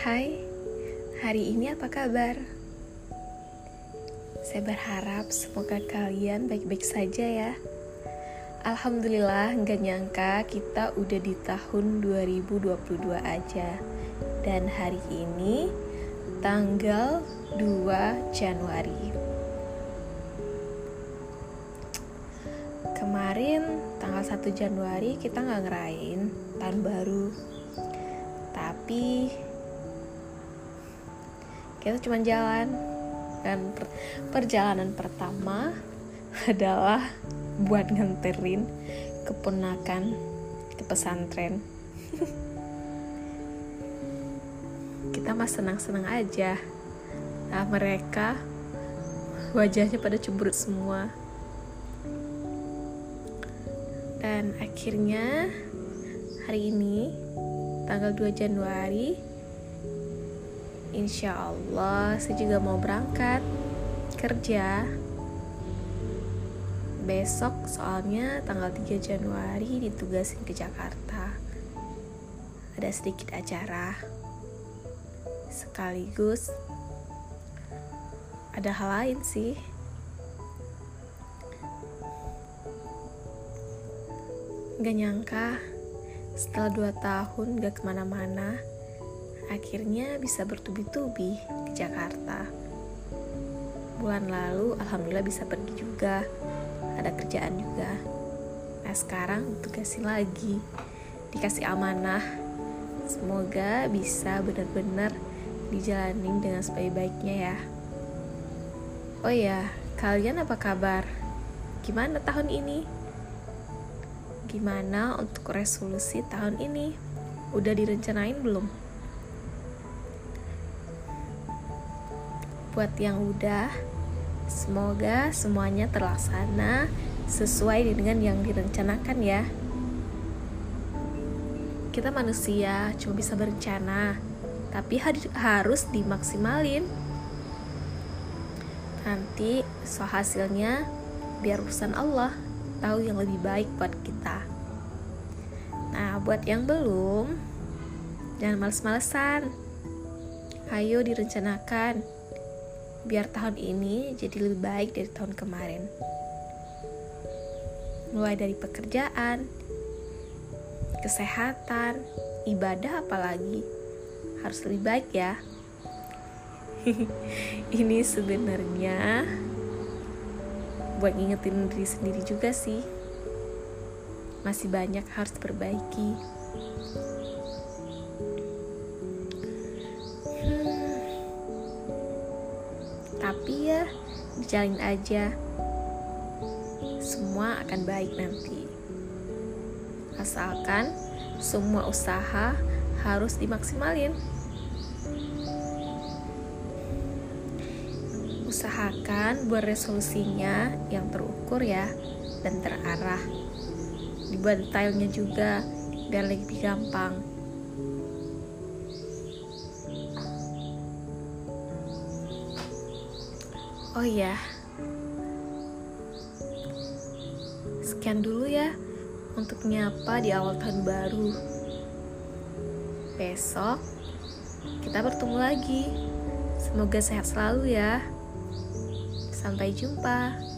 Hai, hari ini apa kabar? Saya berharap semoga kalian baik-baik saja ya. Alhamdulillah, nggak nyangka kita udah di tahun 2022 aja. Dan hari ini tanggal 2 Januari. Kemarin tanggal 1 Januari kita nggak ngerayain tahun baru. Tapi kita cuma jalan. Dan perjalanan pertama adalah buat nganterin keponakan ke pesantren. Kita mah senang-senang aja. Nah, mereka wajahnya pada cemberut semua. Dan akhirnya hari ini tanggal 2 Januari, insya Allah saya juga mau berangkat kerja besok, soalnya tanggal 3 Januari ditugasin ke Jakarta. Ada sedikit acara, sekaligus ada hal lain sih. Gak nyangka setelah 2 tahun gak kemana-mana, akhirnya bisa bertubi-tubi ke Jakarta. Bulan lalu alhamdulillah bisa pergi juga, ada kerjaan juga. Nah sekarang tugasin lagi, dikasih amanah. Semoga bisa benar-benar dijalanin dengan sebaik-baiknya ya. Oh ya, kalian apa kabar? Gimana tahun ini? Gimana untuk resolusi tahun ini? Udah direncanain belum? Buat yang udah, semoga semuanya terlaksana sesuai dengan yang direncanakan ya. Kita manusia cuma bisa berencana, tapi harus dimaksimalin. Nanti soal hasilnya biar urusan Allah, tahu yang lebih baik buat kita. Nah, buat yang belum, jangan males-malesan. Ayo direncanakan biar tahun ini jadi lebih baik dari tahun kemarin. Mulai dari pekerjaan, kesehatan, ibadah, apalagi harus lebih baik ya. Ini sebenarnya buat ngingetin diri sendiri juga sih. Masih banyak harus diperbaiki. Tapi ya, dijalin aja. Semua akan baik nanti. Asalkan semua usaha harus dimaksimalin. Usahakan buat resolusinya yang terukur ya, dan terarah. Dibuat detailnya juga biar lebih gampang. Oh iya, sekian dulu ya untuk nyapa di awal tahun baru. Besok kita bertemu lagi. Semoga sehat selalu ya. Sampai jumpa.